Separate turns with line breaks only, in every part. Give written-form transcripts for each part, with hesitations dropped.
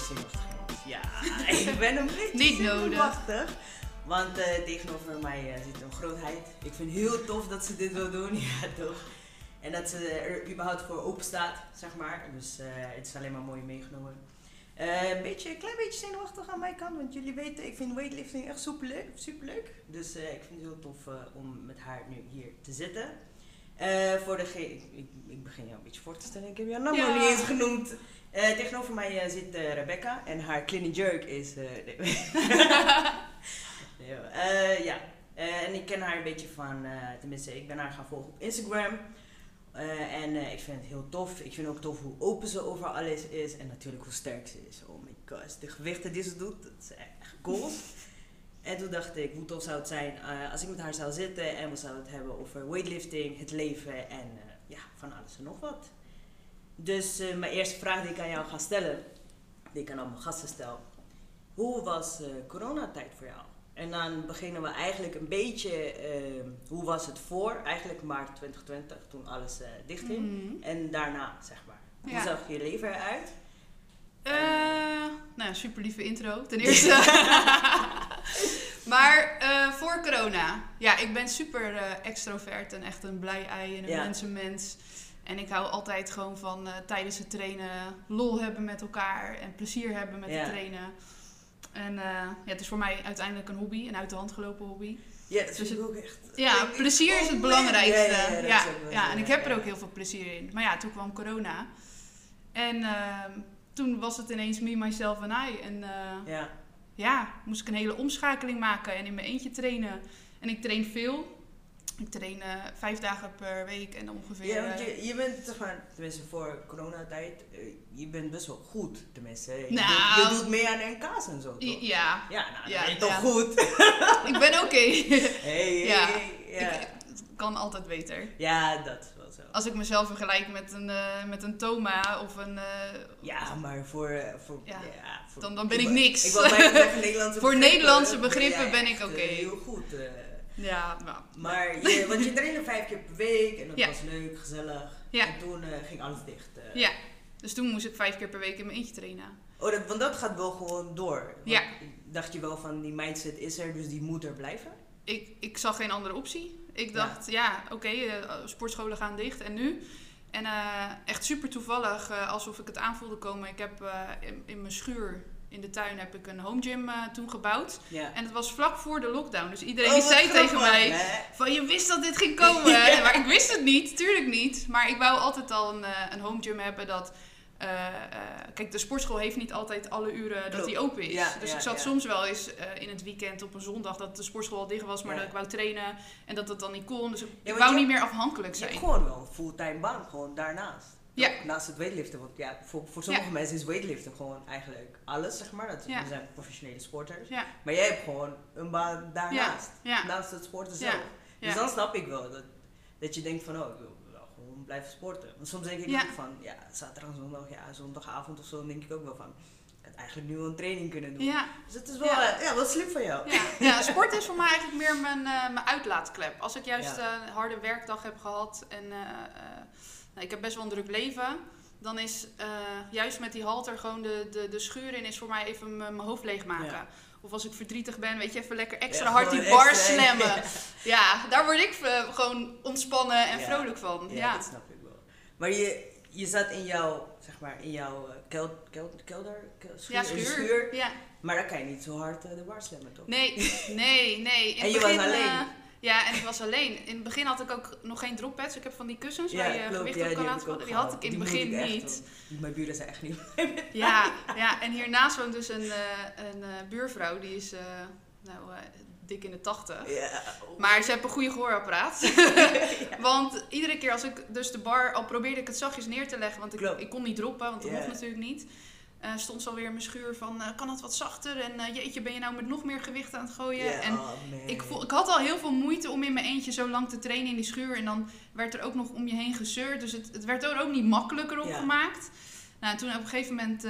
zenuwachtig, jongens. Ja, ik ben een beetje
Niet nodig.
zenuwachtig. Want tegenover mij zit een grootheid. Ik vind het heel tof dat ze dit wil doen. Ja, toch. En dat ze er überhaupt voor open staat, zeg maar. Dus het is alleen maar mooi meegenomen. Een klein beetje zenuwachtig aan mijn kant. Want jullie weten, ik vind weightlifting echt superleuk. Dus ik vind het heel tof om met haar nu hier te zitten. Ik begin jou een beetje voor te stellen. Ik heb jouw naam nog niet eens genoemd. Tegenover mij zit Rebecca. En haar clean jerk is... en ik ken haar een beetje van... tenminste, ik ben haar gaan volgen op Instagram. En ik vind het heel tof. Ik vind ook tof hoe open ze over alles is. En natuurlijk hoe sterk ze is. Oh my god. De gewichten die ze doet, dat is echt goals. En toen dacht ik, hoe tof zou het zijn als ik met haar zou zitten. En we zouden het hebben over weightlifting, het leven en van alles en nog wat. Dus mijn eerste vraag die ik aan jou ga stellen. Die ik aan al mijn gasten stel. Hoe was coronatijd voor jou? En dan beginnen we eigenlijk een beetje, hoe was het voor, eigenlijk maart 2020, toen alles dicht ging. Mm-hmm. En daarna, zeg maar. Hoe zag je leven eruit?
Super lieve intro, ten eerste. Maar voor corona, ik ben super extrovert en echt een blij ei en een mensenmens. En ik hou altijd gewoon van tijdens het trainen lol hebben met elkaar en plezier hebben met het trainen. En het is voor mij uiteindelijk een hobby, een uit de hand gelopen hobby.
Ja, dat vind ik ook echt.
Ja, plezier is het belangrijkste. Ja, en ik heb er ook heel veel plezier in. Maar ja, toen kwam corona. En toen was het ineens me, myself en I. En moest ik een hele omschakeling maken en in mijn eentje trainen. En ik train veel. Ik train 5 dagen per week en ongeveer...
Ja, want je bent, zeg maar, tenminste voor coronatijd, je bent best wel goed, tenminste. Je doet mee aan NK's en zo, toch?
Ja.
Ja, nou, dat ben je toch goed?
Ik ben oké.
Ik
kan altijd beter.
Ja, dat is wel zo.
Als ik mezelf vergelijk met een Toma of een...
maar
dan ben ik niks.
Ik wil bijna zeggen Nederlandse
voor Nederlandse begrippen ben ik oké.
Heel goed.
Ja,
maar want je trainde 5 keer per week en dat was leuk, gezellig. Ja. En toen ging alles dicht.
Ja, dus toen moest ik 5 keer per week in mijn eentje trainen.
Want dat gaat wel gewoon door.
Ja.
Dacht je wel van die mindset is er, dus die moet er blijven?
Ik zag geen andere optie. Ik dacht, sportscholen gaan dicht en nu? En echt super toevallig, alsof ik het aanvoelde komen. Ik heb in mijn schuur... In de tuin heb ik een home gym toen gebouwd. Ja. En het was vlak voor de lockdown. Dus iedereen zei tegen mij van je wist dat dit ging komen. Ja. Maar ik wist het niet, tuurlijk niet. Maar ik wou altijd al een home gym hebben dat... kijk, de sportschool heeft niet altijd alle uren dat die open is. Ja, dus ik zat soms wel eens in het weekend op een zondag dat de sportschool al dicht was, maar dat ik wou trainen en dat het dan niet kon. Dus ik wou niet meer afhankelijk zijn.
Je hebt gewoon wel een fulltime baan, gewoon daarnaast. Ja. Naast het weightliften, want voor sommige mensen is weightliften gewoon eigenlijk alles, zeg maar. We zijn professionele sporters. Ja. Maar jij hebt gewoon een baan daarnaast. Ja. Naast het sporten zelf. Ja. Dus dan snap ik wel dat je denkt van, ik wil wel gewoon blijven sporten. Want soms denk ik ook van, zaterdag en zondag, zondagavond of zo, dan denk ik ook wel van, ik had eigenlijk nu wel een training kunnen doen. Ja. Dus het is wel, wel slim van jou.
Ja, sport is voor mij eigenlijk meer mijn uitlaatklep. Als ik juist een harde werkdag heb gehad en... ik heb best wel een druk leven. Dan is juist met die halter gewoon de schuur in is voor mij even mijn hoofd leegmaken. Ja. Of als ik verdrietig ben, weet je, even lekker extra hard die bars slammen. Ja, daar word ik gewoon ontspannen en vrolijk van.
Ja, dat snap ik wel. Maar je zat in jouw, zeg maar, in jouw kelder, schuur. Ja. Maar dan kan je niet zo hard de bars slammen, toch?
Nee.
En je was alleen?
Ja, en ik was alleen. In het begin had ik ook nog geen droppads. Ik heb van die kussens waar je gewicht op kan laten vallen. Die had ik in het begin niet.
Mijn buren zijn echt niet.
Ja, en hiernaast woont dus een buurvrouw. Die is dik in de 80. Ja. Maar ze heeft een goede gehoorapparaat. Want iedere keer als ik dus de bar... Al probeerde ik het zachtjes neer te leggen. Want ik kon niet droppen, want dat mocht natuurlijk niet. Stond ze alweer in mijn schuur van, kan het wat zachter? En jeetje, ben je nou met nog meer gewicht aan het gooien? Yeah, en ik had al heel veel moeite om in mijn eentje zo lang te trainen in die schuur. En dan werd er ook nog om je heen gezeurd. Dus het werd er ook niet makkelijker op gemaakt. Nou, toen op een gegeven moment,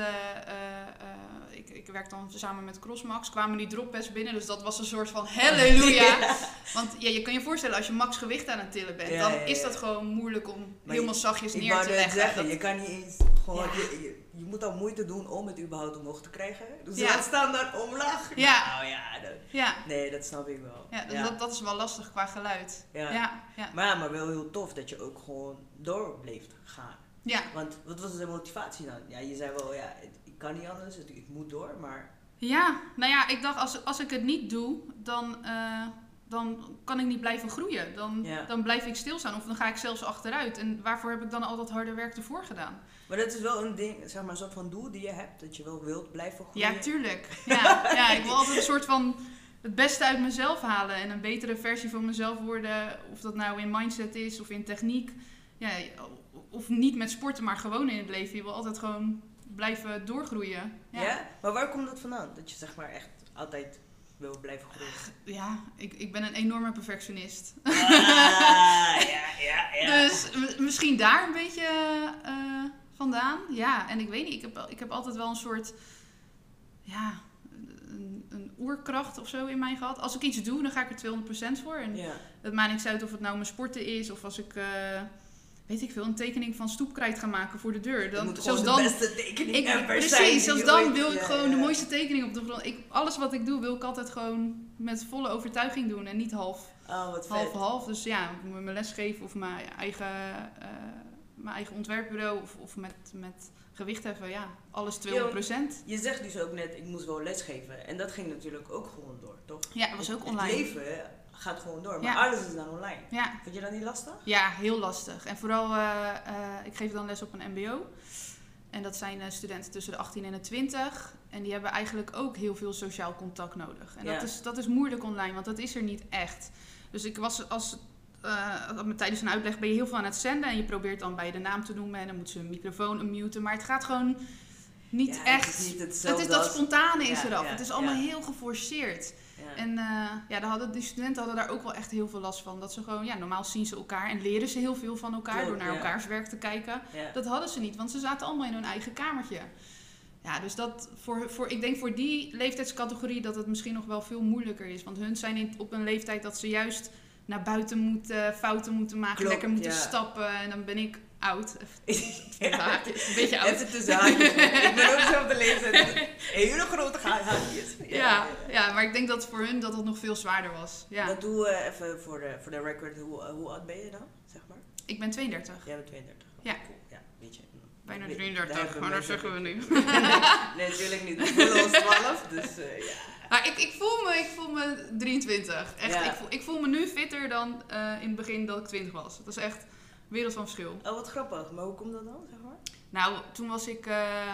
ik werk dan samen met CrossMax, kwamen die droppads binnen. Dus dat was een soort van halleluja. Want je kan je voorstellen, als je max gewicht aan het tillen bent, dan is dat gewoon moeilijk om helemaal zachtjes neer te leggen.
Je kan niet eens gewoon, je moet al moeite doen om het überhaupt omhoog te krijgen. Dus laat staan dan omlaag.
Ja.
Nou ja, nee, dat snap ik wel.
Ja, dus dat is wel lastig qua geluid. Ja.
Maar wel heel tof dat je ook gewoon door bleef gaan.
Ja.
Want wat was de motivatie dan? Ja, je zei wel, ik kan niet anders, ik moet door, maar...
Ja, nou ja, ik dacht als ik het niet doe, dan kan ik niet blijven groeien. Dan blijf ik stilstaan of dan ga ik zelfs achteruit. En waarvoor heb ik dan al dat harde werk ervoor gedaan?
Maar dat is wel een ding, zeg maar, een soort van doel die je hebt, dat je wel wilt blijven groeien.
Ja, tuurlijk. Ja, ik wil altijd een soort van het beste uit mezelf halen en een betere versie van mezelf worden. Of dat nou in mindset is of in techniek. Ja, of niet met sporten, maar gewoon in het leven. Je wil altijd gewoon blijven doorgroeien.
Ja? Maar waar komt dat vandaan? Dat je zeg maar echt altijd wil blijven groeien?
Ja, ik ben een enorme perfectionist.
Ja.
Dus misschien daar een beetje vandaan. Ja, en ik weet niet, ik heb altijd wel een soort... Ja, een oerkracht of zo in mij gehad. Als ik iets doe, dan ga ik er 200% voor. En het maakt niks uit of het nou mijn sporten is of als ik... weet ik veel, een tekening van stoepkrijt gaan maken voor de deur. Dan,
moet zelfs dan, de beste tekening ever zijn.
Precies, zelfs dan wil ik gewoon de mooiste tekening op de grond. Alles wat ik doe, wil ik altijd gewoon met volle overtuiging doen. En niet half. Dus ja, mijn lesgeven of mijn eigen ontwerpbureau of met gewicht heffen. Ja, alles 200%.
Je zegt dus ook net, ik moest wel lesgeven. En dat ging natuurlijk ook gewoon door, toch?
Ja, dat was ook online.
Het leven gaat gewoon door, maar alles is dan online.
Ja.
Vind je dat niet lastig?
Ja, heel lastig. En vooral, ik geef dan les op een mbo. En dat zijn studenten tussen de 18 en de 20. En die hebben eigenlijk ook heel veel sociaal contact nodig. En dat is moeilijk online, want dat is er niet echt. Dus ik was tijdens een uitleg ben je heel veel aan het zenden. En je probeert dan bij de naam te noemen. En dan moet ze een microfoon unmuten. Maar het gaat gewoon niet echt. Het is, niet dat spontane is eraf. Het is allemaal heel geforceerd. Ja. En die studenten hadden daar ook wel echt heel veel last van. Dat ze gewoon, normaal zien ze elkaar en leren ze heel veel van elkaar door naar elkaars werk te kijken. Ja. Dat hadden ze niet, want ze zaten allemaal in hun eigen kamertje. Ja, dus dat ik denk voor die leeftijdscategorie dat het misschien nog wel veel moeilijker is. Want hun zijn op een leeftijd dat ze juist naar buiten moeten, fouten moeten maken, lekker moeten stappen. En dan ben ik oud. Een beetje oud.
Even tussen haakjes. Ik ben ook zo op de leeftijd. Hele grote haakjes.
Ja, maar ik denk dat voor hun dat het nog veel zwaarder was. Ja.
Dat doe even voor de record. Hoe oud ben je dan, zeg maar?
Ik ben 32.
Jij bent 32.
Ja.
Cool. Ja, weet je.
Bijna 33, maar dat zeggen we nu.
Nee, natuurlijk niet. We voelen ons 12, dus ja.
Maar ik voel me 23. Echt, ik voel me nu fitter dan in het begin dat ik 20 was. Dat is echt wereld van verschil.
Oh, wat grappig. Maar hoe komt dat dan, zeg maar?
Nou, toen was ik...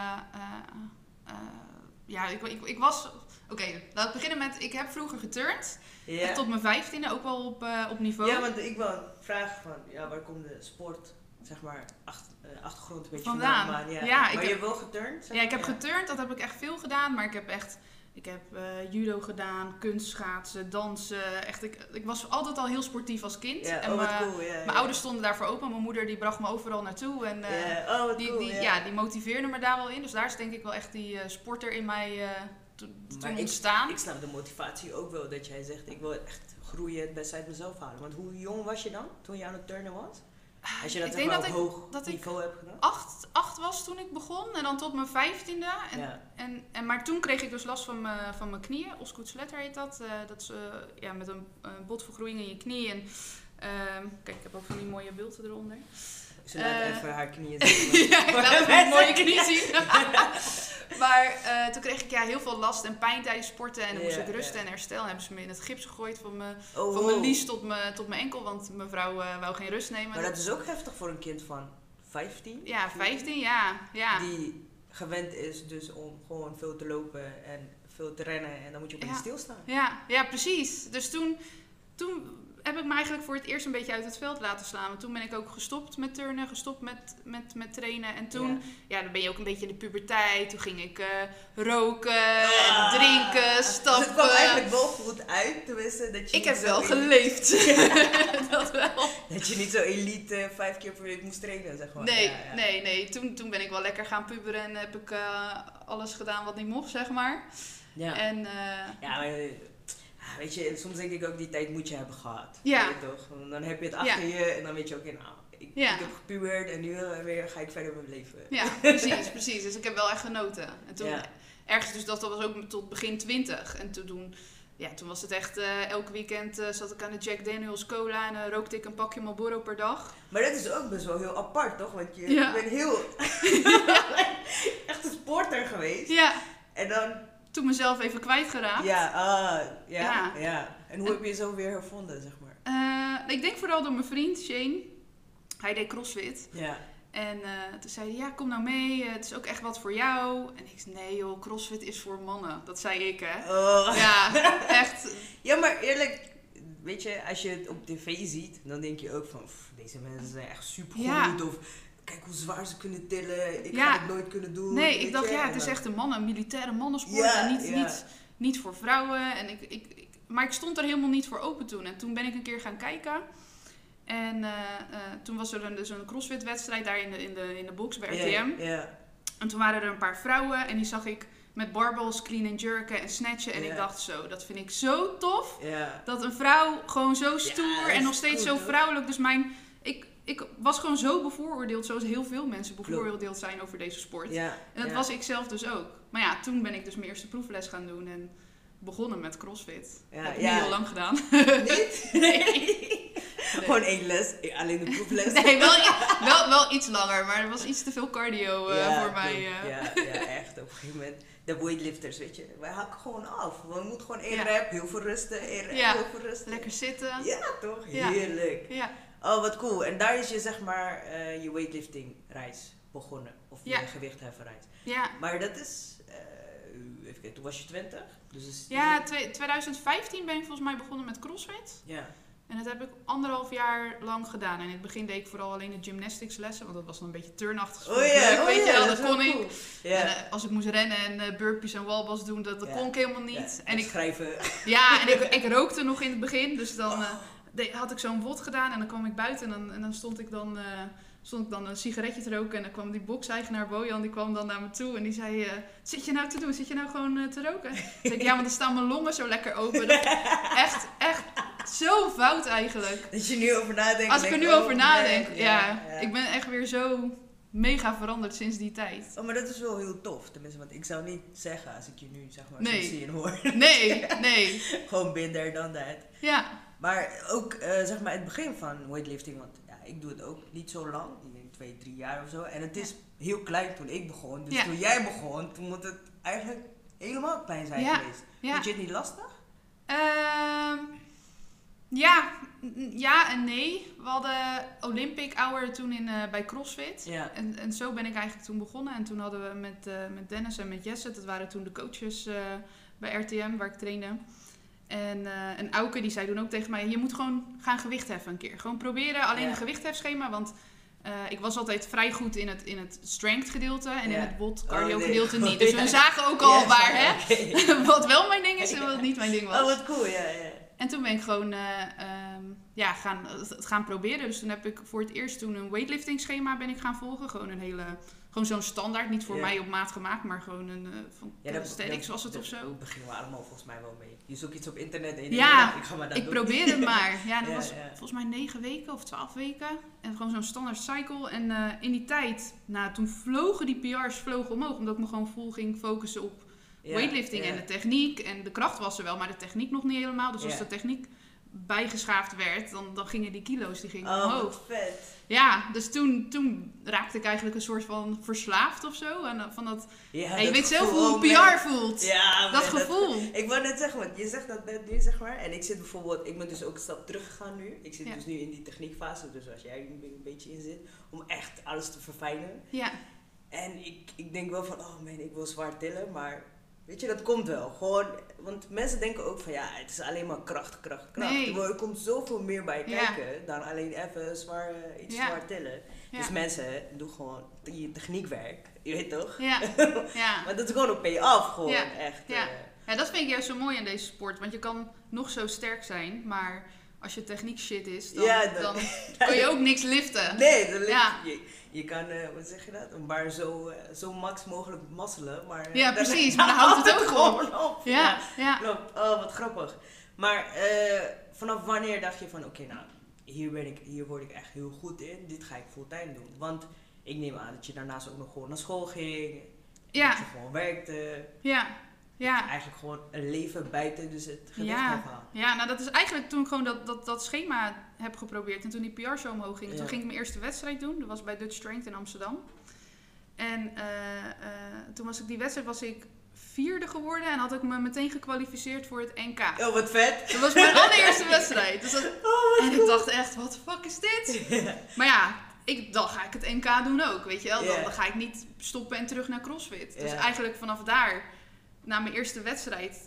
ik was... Oké, laat ik beginnen met... Ik heb vroeger geturnd. Echt tot mijn 15e, ook wel op niveau.
Ja, want ik wil vragen van... waar komt de sport, zeg maar, achtergrond een beetje
vandaan?
Maar je hebt wel geturnd?
Ja, ik heb geturnd. Dat heb ik echt veel gedaan. Maar ik heb judo gedaan, kunstschaatsen, dansen. Echt, ik was altijd al heel sportief als kind.
Ja,
en
cool.
Mijn ouders stonden daarvoor open. Mijn moeder die bracht me overal naartoe. En die motiveerde me daar wel in. Dus daar is denk ik wel echt die sporter in mij toen ontstaan.
Ik snap de motivatie ook wel. Dat jij zegt, ik wil echt groeien, het beste uit mezelf halen. Want hoe jong was je dan, toen je aan het turnen was? Als je dat op hoog niveau hebt gedaan?
8 was toen ik begon en dan tot mijn 15e. Maar toen kreeg ik dus last van mijn knieën. Osgood-Schletter heet dat. Dat is met een botvergroeiing in je knie. En, kijk, ik heb ook van die mooie beelden eronder.
Ze laat even haar knieën zien.
Ja, ik laat even een mooie knie zien. Maar toen kreeg ik heel veel last en pijn tijdens sporten. En dan moest ik rusten en herstellen. En hebben ze me in het gips gegooid van mijn lies tot mijn enkel. Want mijn vrouw wou geen rust nemen.
Maar dat is ook heftig voor een kind van 15?
Ja, 15, ja.
Die gewend is dus om gewoon veel te lopen en veel te rennen. En dan moet je opeens stilstaan.
Ja, precies. Dus toen heb ik me eigenlijk voor het eerst een beetje uit het veld laten slaan. Want toen ben ik ook gestopt met turnen, gestopt met trainen. En toen, dan ben je ook een beetje in de puberteit. Toen ging ik roken, en drinken, stappen. Dus
het kwam eigenlijk wel goed uit, tenminste. Dat je
ik heb wel geleefd. Dat wel.
Dat je niet zo elite 5 keer per week moest trainen, zeg maar.
Nee. Toen ben ik wel lekker gaan puberen en heb ik alles gedaan wat niet mocht, zeg maar.
Ja.
En,
maar weet je, soms denk ik ook die tijd moet je hebben gehad.
Ja.
Weet je toch? Dan heb je het achter je en dan weet je ook, ik heb gepubeerd en nu weer ga ik verder met mijn leven.
Ja, precies. Dus ik heb wel echt genoten. En toen, ergens dus dat was ook tot begin 20. En toen was het echt, elk weekend zat ik aan de Jack Daniels cola en rookte ik een pakje Marlboro per dag.
Maar dat is ook best wel heel apart, toch? Want je bent heel... echt een sporter geweest.
Ja.
En dan...
Toen mezelf even kwijtgeraakt.
Ja. En hoe heb je je zo weer hervonden, zeg maar?
Ik denk vooral door mijn vriend, Shane. Hij deed CrossFit.
Ja.
En toen zei hij, kom nou mee, het is ook echt wat voor jou. En ik zei, nee joh, CrossFit is voor mannen. Dat zei ik, hè.
Oh.
Ja, echt.
Ja, maar eerlijk, weet je, als je het op tv ziet, dan denk je ook van, deze mensen zijn echt supergoed. Ja. Of kijk hoe zwaar ze kunnen tillen, ik ga het nooit kunnen doen.
Nee, ik dacht, het is echt een militaire mannensport en niet voor vrouwen. En maar ik stond er helemaal niet voor open toen. En toen ben ik een keer gaan kijken. En toen was er dus een CrossFit-wedstrijd daar in de box bij RTM. En toen waren er een paar vrouwen en die zag ik met barbells, clean and jerken en snatchen. En ik dacht zo, dat vind ik zo tof. Dat een vrouw gewoon zo stoer en nog steeds zo vrouwelijk. Dus ik was gewoon zo bevooroordeeld, zoals heel veel mensen bevooroordeeld zijn over deze sport. En dat was ik zelf dus ook. Maar ja, toen ben ik dus mijn eerste proefles gaan doen en begonnen met CrossFit. Heb ik niet heel lang gedaan.
Niet? Nee. Gewoon 1 les, alleen de proefles.
Nee, wel iets langer, maar er was iets te veel cardio voor mij.
Ja, echt. Op een gegeven moment, de weightlifters, weet je, wij hakken gewoon af. We moeten gewoon 1 rep, heel veel rusten, 1 rep, heel veel rusten.
Lekker zitten.
Ja, toch? Heerlijk.
Ja.
Oh, wat cool. En daar is je, zeg maar, je weightlifting reis begonnen. Of je gewichtheffen reis.
Ja.
Maar dat is, even kijken, toen was je 20? Dus
2015 ben ik volgens mij begonnen met CrossFit.
Ja.
En dat heb ik 1,5 jaar lang gedaan. En in het begin deed ik vooral alleen de gymnastics lessen, want dat was dan een beetje turnachtig. Weet je wel, dat kon ik. Cool. En als ik moest rennen en burpees en wallballs doen, dat kon ik helemaal niet.
En schrijven.
Ja, en ik rookte nog in het begin, dus dan had ik zo'n wot gedaan en dan kwam ik buiten en dan stond ik dan een sigaretje te roken en dan kwam die box-eigenaar Bojan, die kwam dan naar me toe en die zei, wat zit je nou te doen? Zit je nou gewoon te roken? Toen zei ik, ja, want dan staan mijn longen zo lekker open. Echt zo fout eigenlijk.
Dat je nu over nadenkt.
Als ik er nu over nadenk, ik ben echt weer zo mega veranderd sinds die tijd.
Oh, maar dat is wel heel tof. Tenminste, want ik zou niet zeggen als ik je nu, zeg maar, zo zie en hoor.
Nee.
Gewoon binder dan dat.
Ja.
Maar ook, zeg maar, het begin van weightlifting, want ik doe het ook niet zo lang. Ik denk 2-3 jaar of zo. En het is heel klein toen ik begon. Dus toen jij begon, toen moet het eigenlijk helemaal klein zijn geweest. Vond je het niet lastig? Ja en nee. We hadden Olympic Hour toen bij CrossFit. Ja. En zo ben ik eigenlijk toen begonnen. En toen hadden we met Dennis en met Jesse, dat waren toen de coaches bij RTM waar ik trainde. En Auke die zei toen ook tegen mij, je moet gewoon gaan gewicht heffen een keer. Gewoon proberen, alleen een gewichthefschema, want ik was altijd vrij goed in het strength gedeelte en in het bot cardio gedeelte niet. Dus we zagen ook al waar, wat wel mijn ding is en wat niet mijn ding was. Oh, wat cool, ja.
En toen ben ik gewoon gaan proberen. Dus toen heb ik voor het eerst een weightlifting schema ben ik gaan volgen. Gewoon zo'n standaard, niet voor mij op maat gemaakt, maar gewoon van calisthenics was het of zo. Daar
beginnen we allemaal volgens mij wel mee. Je zoekt iets op internet en
ik
ga maar dat
doen. Probeer het maar. Ja, dat was volgens mij 9 weken of 12 weken. En gewoon zo'n standaard cycle. En in die tijd, toen vlogen die PR's omhoog, omdat ik me gewoon vol ging focussen op weightlifting en de techniek. En de kracht was er wel, maar de techniek nog niet helemaal. Dus als de techniek bijgeschaafd werd, dan gingen die kilo's omhoog.
Wat vet.
Ja, dus toen raakte ik eigenlijk een soort van verslaafd of zo. En van dat, je weet zelf hoe een PR voelt. Ja, dat gevoel.
Ik wou net zeggen, want je zegt dat net nu, zeg maar. En ik ben dus ook een stap teruggegaan nu. Ik zit dus nu in die techniekfase, dus als jij er een beetje in zit, om echt alles te verfijnen. Ja. En ik denk wel van, ik wil zwaar tillen, maar weet je, dat komt wel. Gewoon, want mensen denken ook van, het is alleen maar kracht. Nee. Er komt zoveel meer bij kijken dan alleen even iets zwaar tillen. Ja. Dus mensen, doe gewoon je techniekwerk. Je weet toch? Ja. Maar dat is gewoon op pay af, gewoon echt.
Ja, dat vind ik juist zo mooi aan deze sport. Want je kan nog zo sterk zijn, maar als je techniek shit is, dan kan je ook niks liften.
Nee, dan je kan, wat zeg je dat? Een bar zo max mogelijk masselen. Maar,
ja, precies. Maar dan houdt het ook
gewoon op.
Ja.
Klopt. Oh, wat grappig. Maar vanaf wanneer dacht je van, oké, hier word ik echt heel goed in. Dit ga ik fulltime doen. Want ik neem aan dat je daarnaast ook nog gewoon naar school ging.
Ja.
Dat je gewoon werkte.
Ja. Ja.
Eigenlijk gewoon een leven buiten dus het gewicht halen.
Ja, nou dat is eigenlijk toen ik gewoon dat schema heb geprobeerd. En toen die PR-show omhoog ging. Toen ging ik mijn eerste wedstrijd doen. Dat was bij Dutch Strength in Amsterdam. En toen was ik 4e geworden. En had ik me meteen gekwalificeerd voor het NK.
Oh, wat vet.
Dat was mijn allereerste wedstrijd. Dus en ik dacht echt, wat de fuck is dit? Maar ja, dan ga ik het NK doen ook, weet je wel. Dan ga ik niet stoppen en terug naar CrossFit. Dus eigenlijk vanaf daar, na mijn eerste wedstrijd,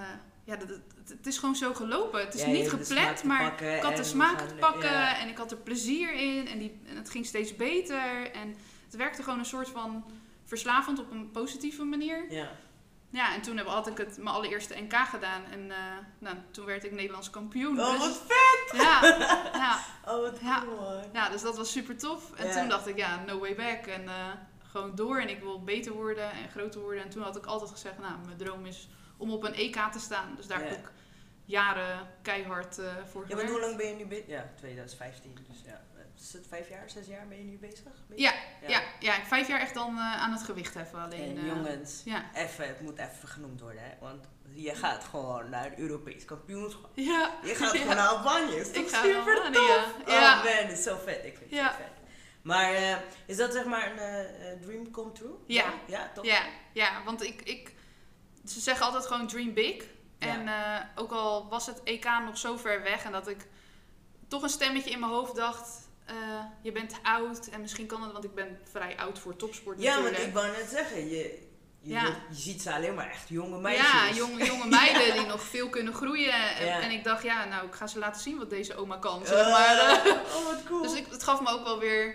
het is gewoon zo gelopen. Het is niet gepland, maar ik had de smaak te pakken en ik had er plezier in. En het ging steeds beter. En het werkte gewoon een soort van verslavend op een positieve manier. Ja, en toen had ik mijn allereerste NK gedaan. En toen werd ik Nederlands kampioen.
Oh, dus, wat vet!
Ja.
Oh, wat cool.
Ja, dus dat was super tof. En toen dacht ik, no way back. En gewoon door. En ik wil beter worden en groter worden. En toen had ik altijd gezegd, mijn droom is om op een EK te staan. Dus daar heb ik jaren keihard voor gewerkt.
Ja, maar hoe lang ben je nu bezig? Ja, 2015. Dus ja. Is het 5 jaar, 6 jaar ben je nu bezig?
Ja, 5 jaar echt dan aan het gewicht heffen alleen.
En jongens, het moet even genoemd worden, hè? Want je gaat gewoon naar het Europees kampioenschap. Ja. Je gaat gewoon naar Albanië. Is toch super tof? Oh man, het is zo vet. Ik vind het zo vet. Maar is dat zeg maar een dream come true?
Ja.
Ja, toch?
Ja, want ze zeggen altijd gewoon dream big. En ook al was het EK nog zo ver weg en dat ik toch een stemmetje in mijn hoofd dacht, je bent oud en misschien kan het, want ik ben vrij oud voor topsport natuurlijk.
Ja, want ik wou net zeggen, je ziet ze alleen maar echt jonge meisjes.
Ja, jonge meiden die nog veel kunnen groeien. En ik dacht, ik ga ze laten zien wat deze oma kan, zeg maar.
Wat cool.
Dus het gaf me ook wel weer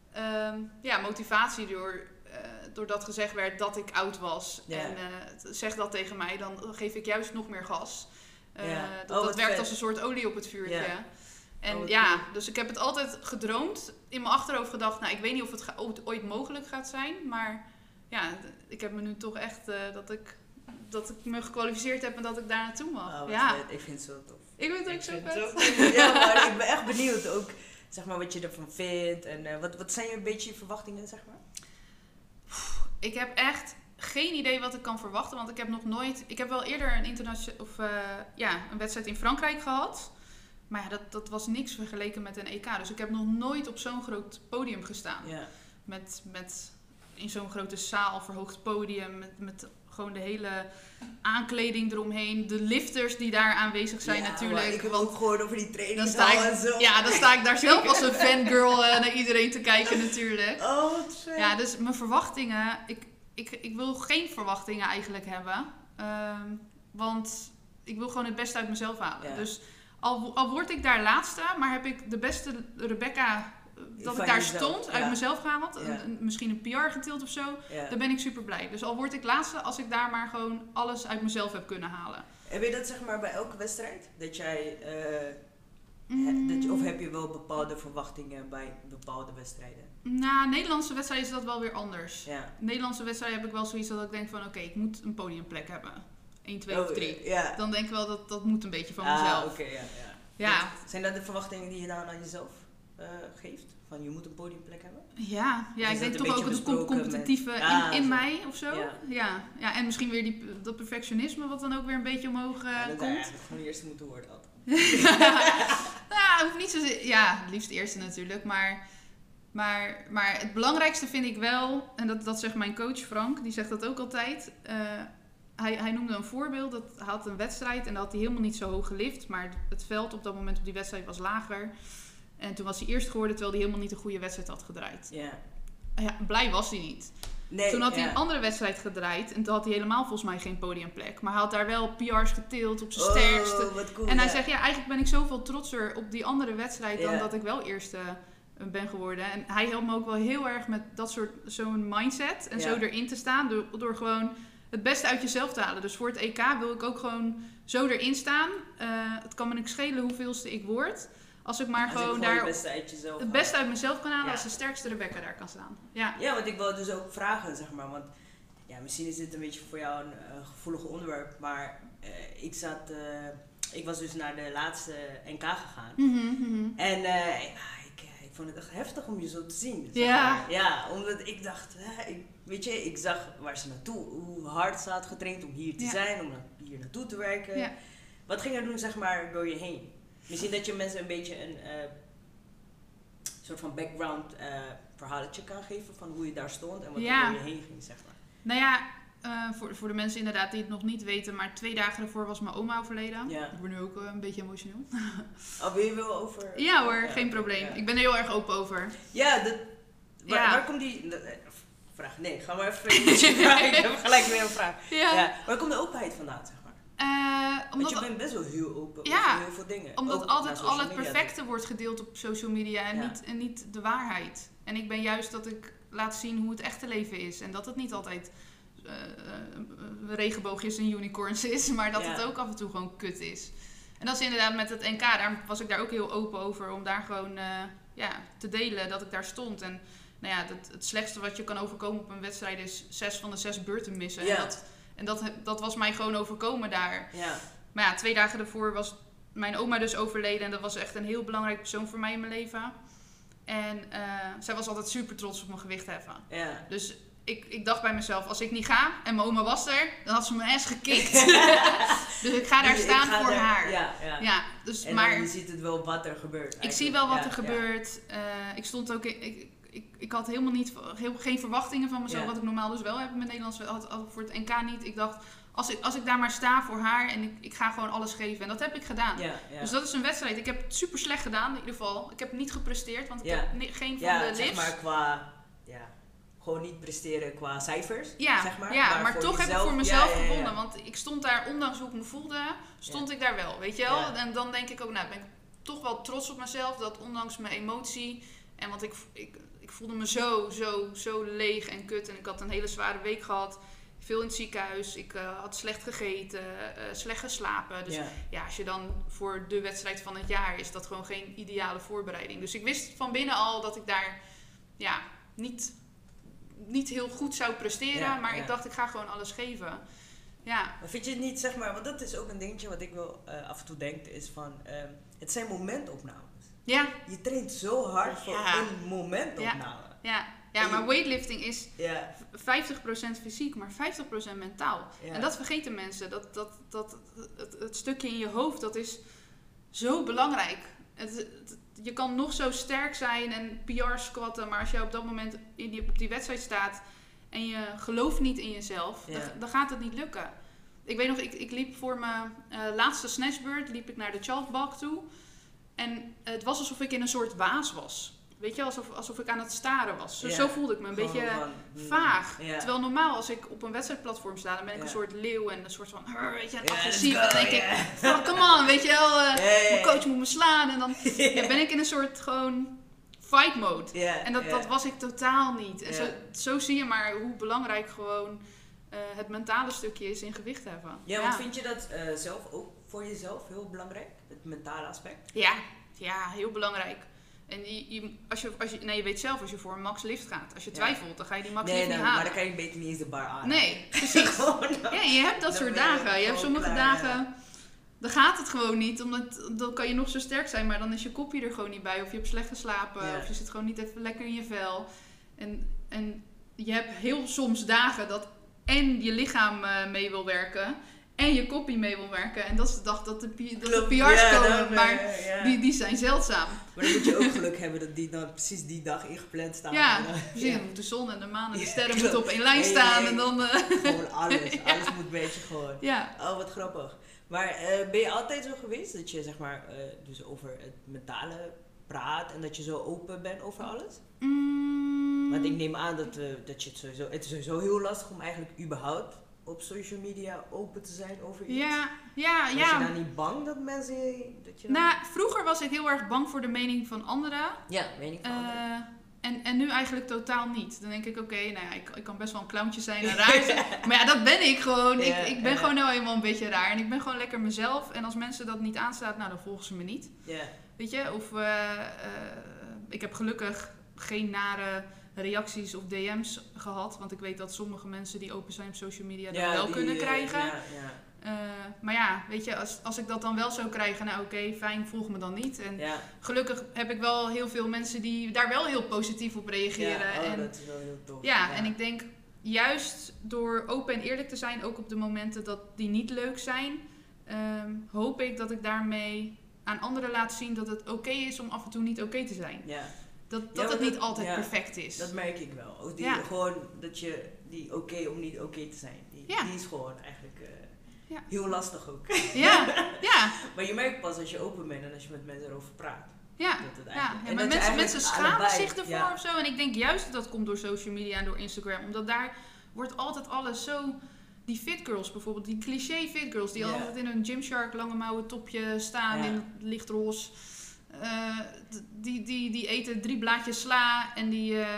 motivatie doordat gezegd werd dat ik oud was. En zeg dat tegen mij, dan geef ik juist nog meer gas. Dat werkt als een soort olie op het vuurtje. Ja. En dus ik heb het altijd gedroomd. In mijn achterhoofd gedacht, ik weet niet of het ooit mogelijk gaat zijn. Maar ik heb me nu toch echt dat ik me gekwalificeerd heb en dat ik daar naartoe mag.
Vet. Ik vind het zo tof.
Ik vind het ook zo vet.
Ja, maar ik ben echt benieuwd ook, zeg maar, wat je ervan vindt. En wat zijn een beetje je verwachtingen, zeg maar?
Ik heb echt geen idee wat ik kan verwachten. Want ik heb wel eerder een wedstrijd in Frankrijk gehad. Maar dat was niks vergeleken met een EK. Dus ik heb nog nooit op zo'n groot podium gestaan. Met in zo'n grote zaal, verhoogd podium. Met gewoon de hele aankleding eromheen. De lifters die daar aanwezig zijn natuurlijk.
Ik heb ook gehoord over die trainingshal en zo.
Ja, dan sta ik daar zelf als een fangirl naar iedereen te kijken natuurlijk.
Oh, wat vet.
Ja, dus mijn verwachtingen. Ik wil geen verwachtingen eigenlijk hebben. Want ik wil gewoon het beste uit mezelf halen. Dus al word ik daar laatste, maar heb ik de beste Rebecca dat ik daar stond, uit mezelf gehaald. Misschien een PR getild of zo. Dan ben ik super blij. Dus al word ik laatste, als ik daar maar gewoon alles uit mezelf heb kunnen halen.
Heb je dat zeg maar bij elke wedstrijd? Dat jij, of heb je wel bepaalde verwachtingen bij bepaalde wedstrijden?
Nederlandse wedstrijden is dat wel weer anders. Nederlandse wedstrijden heb ik wel zoiets dat ik denk van oké, ik moet een podiumplek hebben. 1, 2 of 3. Dan denk ik wel dat moet een beetje van mezelf.
Ja. Zijn dat de verwachtingen die je dan aan jezelf geeft? Van je moet een podiumplek hebben?
Ja, ik denk toch ook het competitieve in mij of zo. Ja, en misschien weer dat perfectionisme wat dan ook weer een beetje omhoog komt.
Dat zou eigenlijk gewoon eerste moeten worden altijd.
Hoeft niet zozeer. Ja, het liefst eerste natuurlijk. Maar het belangrijkste vind ik wel, en dat zegt mijn coach Frank, die zegt dat ook altijd. Hij noemde een voorbeeld, hij had een wedstrijd en dat had hij helemaal niet zo hoog gelift. Maar het veld op dat moment op die wedstrijd was lager. En toen was hij eerst geworden terwijl hij helemaal niet een goede wedstrijd had gedraaid. Blij was hij niet. Toen had hij een andere wedstrijd gedraaid en toen had hij helemaal volgens mij geen podiumplek. Maar hij had daar wel PR's getild op zijn sterkste.
Wat cool,
en hij zegt, eigenlijk ben ik zoveel trotser op die andere wedstrijd dan dat ik wel eerste ben geworden. En hij helpt me ook wel heel erg met zo'n mindset en zo erin te staan door gewoon het beste uit jezelf te halen. Dus voor het EK wil ik ook gewoon zo erin staan. Het kan me niks schelen hoeveelste ik word. Als ik maar gewoon daar het beste uit mezelf kan halen als de sterkste Rebecca daar kan staan. Ja,
want ik wil dus ook vragen, zeg maar. Want misschien is dit een beetje voor jou een gevoelig onderwerp. Maar ik zat ik was dus naar de laatste NK gegaan. En ik vond het echt heftig om je zo te zien. Ja, omdat ik dacht, ik zag waar ze naartoe, hoe hard ze had getraind om hier te zijn, om hier naartoe te werken. Ja. Wat ging er doen, zeg maar, door je heen? Misschien dat je mensen een beetje een soort van background verhaaltje kan geven van hoe je daar stond en wat er door je heen ging, zeg maar.
Nou ja, voor de mensen inderdaad die het nog niet weten, maar 2 dagen ervoor was mijn oma overleden. Ja. Ik word nu ook een beetje emotioneel.
Wil je wel over?
Ja hoor, geen probleem. Ja. Ik ben er heel erg open over.
Ja, waar komt die... vraag? Nee, ga maar even vragen. Ik heb gelijk weer een vraag. Ja. Waar komt de openheid vandaan, zeg maar? Want je bent best wel heel open over heel veel dingen.
Omdat altijd al het perfecte wordt gedeeld op social media en niet de waarheid. En ik ben juist dat ik laat zien hoe het echte leven is. En dat het niet altijd regenboogjes en unicorns is, maar dat het ook af en toe gewoon kut is. En dat is inderdaad met het NK, daar was ik daar ook heel open over om daar gewoon te delen dat ik daar stond. En nou ja, het slechtste wat je kan overkomen op een wedstrijd is 6 van de 6 beurten missen. Ja. En dat was mij gewoon overkomen daar. Ja. Maar ja, 2 dagen daarvoor was mijn oma dus overleden. En dat was echt een heel belangrijk persoon voor mij in mijn leven. En zij was altijd super trots op mijn gewicht heffen. Ja. Dus ik dacht bij mezelf, als ik niet ga en mijn oma was er, dan had ze mijn ass gekikt. Dus ik ga daar staan voor haar. Ja, dus,
en maar, je ziet het wel wat er gebeurt. Eigenlijk.
Ik zie wel wat er gebeurt. Ik stond ook... Ik had helemaal geen verwachtingen van mezelf, wat ik normaal dus wel heb in mijn Nederlands, had voor het NK niet. Ik dacht, als ik daar maar sta voor haar en ik ga gewoon alles geven. En dat heb ik gedaan. Ja. Dus dat is een wedstrijd. Ik heb het super slecht gedaan in ieder geval. Ik heb niet gepresteerd, want ik heb geen van de lips.
Zeg maar qua... gewoon niet presteren qua cijfers, zeg maar.
Ja, maar toch heb ik voor mezelf gewonnen. Want ik stond daar, ondanks hoe ik me voelde, stond ik daar wel, weet je wel. Ja. En dan denk ik ook, ben ik toch wel trots op mezelf, dat ondanks mijn emotie... En want ik voelde me zo leeg en kut. En ik had een hele zware week gehad. Veel in het ziekenhuis. Ik had slecht gegeten. Slecht geslapen. Dus als je dan voor de wedstrijd van het jaar... is dat gewoon geen ideale voorbereiding. Dus ik wist van binnen al dat ik daar niet heel goed zou presteren. Maar ik dacht, ik ga gewoon alles geven. Ja.
Maar vind je het niet, zeg maar... Want dat is ook een dingetje wat ik wel af en toe denk. Is van, het zijn momentopnames. Ja. Je traint zo hard voor een momentopname.
Ja, maar weightlifting is 50% fysiek, maar 50% mentaal. Ja. En dat vergeten mensen. Het stukje in je hoofd, dat is zo belangrijk. Je kan nog zo sterk zijn en PR squatten, maar als je op dat moment op die wedstrijd staat en je gelooft niet in jezelf, dan gaat het niet lukken. Ik weet nog, ik liep voor mijn laatste snatchbeurt, liep ik naar de chalkbalk toe. En het was alsof ik in een soort waas was. Weet je, alsof ik aan het staren was. Zo voelde ik me, een beetje vaag. Ja. Terwijl normaal als ik op een wedstrijdplatform sta, dan ben ik een soort leeuw en een soort van, weet je, agressief. Dan denk ik, come on, weet je wel, mijn coach moet me slaan. En dan ben ik in een soort gewoon fight mode. En dat was ik totaal niet. En zo zie je maar hoe belangrijk gewoon het mentale stukje is in gewicht heffen.
Ja, want vind je dat zelf ook voor jezelf heel belangrijk? Het mentale aspect?
Ja, heel belangrijk. En je weet zelf, als je voor een max lift gaat, als je twijfelt, dan ga je die max lift niet halen.
Maar dan kan je beter niet eens de bar aan.
Nee, precies. Je hebt dat soort dagen. Je hebt sommige dagen, dan gaat het gewoon niet, omdat dan kan je nog zo sterk zijn, maar dan is je kopje er gewoon niet bij. Of je hebt slecht geslapen, of je zit gewoon niet even lekker in je vel. En je hebt heel soms dagen dat en je lichaam mee wil werken... En je kopie mee wil werken. En dat is de dag dat de PR's komen. Maar die zijn zeldzaam.
Maar dan moet je ook geluk hebben dat die dan precies die dag ingepland staan.
Ja, precies. Dan moet de zon en de maan en de sterren moeten op één lijn staan. En dan,
gewoon alles. Alles moet een beetje gewoon. Ja. Oh, wat grappig. Maar ben je altijd zo geweest dat je zeg maar dus over het mentale praat. En dat je zo open bent over alles? Want ik neem aan dat je het sowieso... Het is sowieso heel lastig om eigenlijk überhaupt... op social media open te zijn over iets?
Ja.
Was je dan niet bang dat mensen...
vroeger was ik heel erg bang voor de mening van anderen.
Ja, mening van anderen.
En nu eigenlijk totaal niet. Dan denk ik, ik kan best wel een clowntje zijn en raar zijn. Maar dat ben ik gewoon. Ik ben gewoon nou eenmaal een beetje raar. En ik ben gewoon lekker mezelf. En als mensen dat niet aanstaat, dan volgen ze me niet. Weet je? Of ik heb gelukkig geen nare... reacties of DM's gehad. Want ik weet dat sommige mensen die open zijn op social media dat wel kunnen krijgen. Maar ja, weet je, als ik dat dan wel zou krijgen, nou oké, fijn, volg me dan niet. En gelukkig heb ik wel heel veel mensen die daar wel heel positief op reageren.
Ja,
en,
dat is wel heel tof.
Ja, en ik denk juist door open en eerlijk te zijn, ook op de momenten dat die niet leuk zijn, hoop ik dat ik daarmee aan anderen laat zien dat het oké is om af en toe niet oké te zijn.
Ja.
Dat het niet altijd perfect is.
Dat merk ik wel. Ook gewoon dat je die oké om niet oké te zijn. Die is gewoon eigenlijk heel lastig ook.
Ja.
Maar je merkt pas als je open bent en als je met mensen erover praat.
Ja,
en
maar mensen schamen zich ervoor of zo. En ik denk juist dat komt door social media en door Instagram. Omdat daar wordt altijd alles zo... Die fit girls bijvoorbeeld, die cliché fit girls. Die altijd in een Gymshark lange mouwen topje staan in lichtroze. Die eten 3 blaadjes sla. En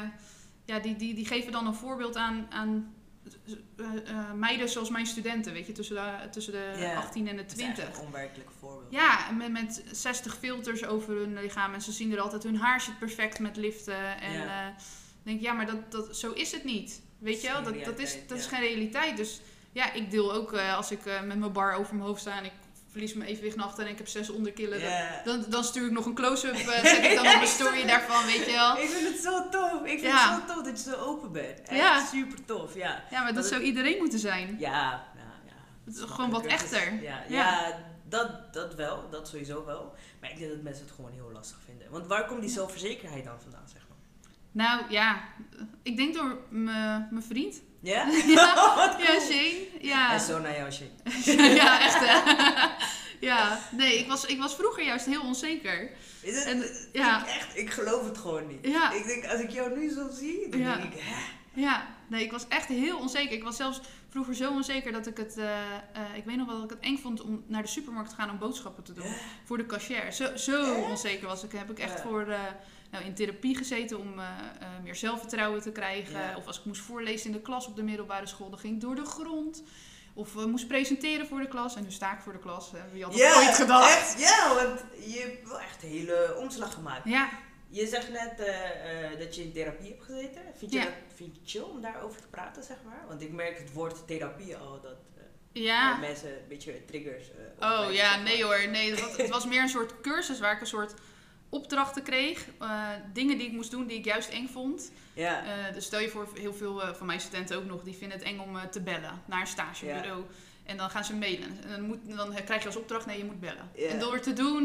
die geven dan een voorbeeld aan meiden zoals mijn studenten. Weet je, tussen de 18 en de 20.
Dat is een onwerkelijk voorbeeld.
Ja, met 60 filters over hun lichaam. En ze zien er altijd, hun haar zit perfect met liften. En denk ja, maar zo is het niet. Weet je wel, dat is geen realiteit. Dus ja, ik deel ook als ik met mijn bar over mijn hoofd sta en ik verlies mijn evenwicht naar achter en ik heb 6 onderkillen. Dan stuur ik nog een close-up, zet ik dan op mijn story daarvan, weet je wel.
Ik vind het zo tof. Ik vind het zo tof dat je zo open bent. Echt super tof, ja.
Ja, maar dat zou iedereen moeten zijn.
Ja.
Het is gewoon wat echter.
Dat wel. Dat sowieso wel. Maar ik denk dat mensen het gewoon heel lastig vinden. Want waar komt die zelfverzekerheid dan vandaan, zeg maar?
Nou ja, ik denk door mijn vriend.
Ja?
Ja, Shane. Ja.
En zo naar jou, Shane.
Ja, echt hè. Ja, nee, ik was vroeger juist heel onzeker.
Is het? Echt, ik geloof het gewoon niet.
Ja.
Ik denk, als ik jou nu zo zie, dan denk ik, hè?
Ja, nee, ik was echt heel onzeker. Ik was zelfs vroeger zo onzeker dat ik het... ik weet nog wel dat ik het eng vond om naar de supermarkt te gaan om boodschappen te doen. Voor de cashier. Zo onzeker was ik. Heb ik echt in therapie gezeten om meer zelfvertrouwen te krijgen. Ja. Of als ik moest voorlezen in de klas op de middelbare school, dan ging ik door de grond. Of moest presenteren voor de klas. En nu sta ik voor de klas. Wie had dat ooit gedacht?
Echt, ja, want je hebt wel echt een hele omslag gemaakt.
Ja.
Je zegt net dat je in therapie hebt gezeten. Vind je het chill om daarover te praten, zeg maar? Want ik merk het woord therapie al, dat mensen een beetje triggers...
nee hoor. Nee, het was meer een soort cursus waar ik een soort opdrachten kreeg. Dingen die ik moest doen die ik juist eng vond.
Ja.
Dus stel je voor, heel veel van mijn studenten ook nog, die vinden het eng om te bellen naar een stagebureau. Ja. En dan gaan ze mailen. En dan krijg je als opdracht, nee, je moet bellen. Ja. En door het te doen,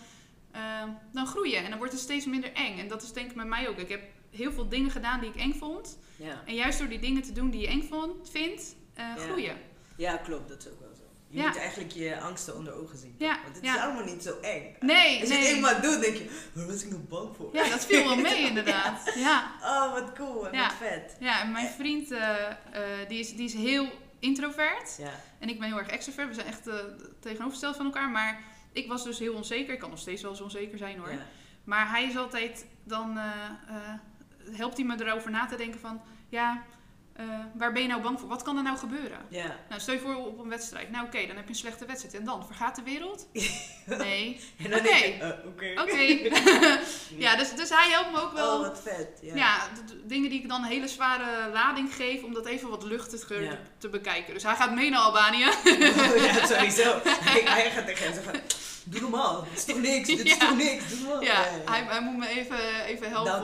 dan groei je. En dan wordt het steeds minder eng. En dat is denk ik met mij ook. Ik heb heel veel dingen gedaan die ik eng vond. Ja. En juist door die dingen te doen die je eng vindt, groei je.
Ja, klopt. Dat is ook wel zo. Je moet eigenlijk je angsten onder ogen zien.
Ja.
Want het is allemaal niet zo eng.
Nee.
Als je het eenmaal doet, denk je, waar was ik nog bang voor?
Ja, dat viel wel mee inderdaad. Ja.
Oh, wat cool en wat vet.
Ja, en mijn vriend, die is heel introvert.
Ja.
En ik ben heel erg extrovert. We zijn echt tegenovergesteld van elkaar. Maar ik was dus heel onzeker. Ik kan nog steeds wel zo onzeker zijn hoor. Ja. Maar hij is altijd, dan helpt hij me erover na te denken van, waar ben je nou bang voor? Wat kan er nou gebeuren?
Ja.
Nou, stel je voor op een wedstrijd. Nou oké, dan heb je een slechte wedstrijd. En dan? Vergaat de wereld? Nee. Oké. Ja, dus hij helpt me ook wel.
Oh, wat vet.
Ja, dingen die ik dan een hele zware lading geef, om dat even wat luchtiger te bekijken. Dus hij gaat mee naar Albanië.
Ja, sowieso. Hij gaat tegen hem zeggen, doe normaal. Dit is toch niks? Dit is toch niks? Doe normaal.
Ja, hij moet me even helpen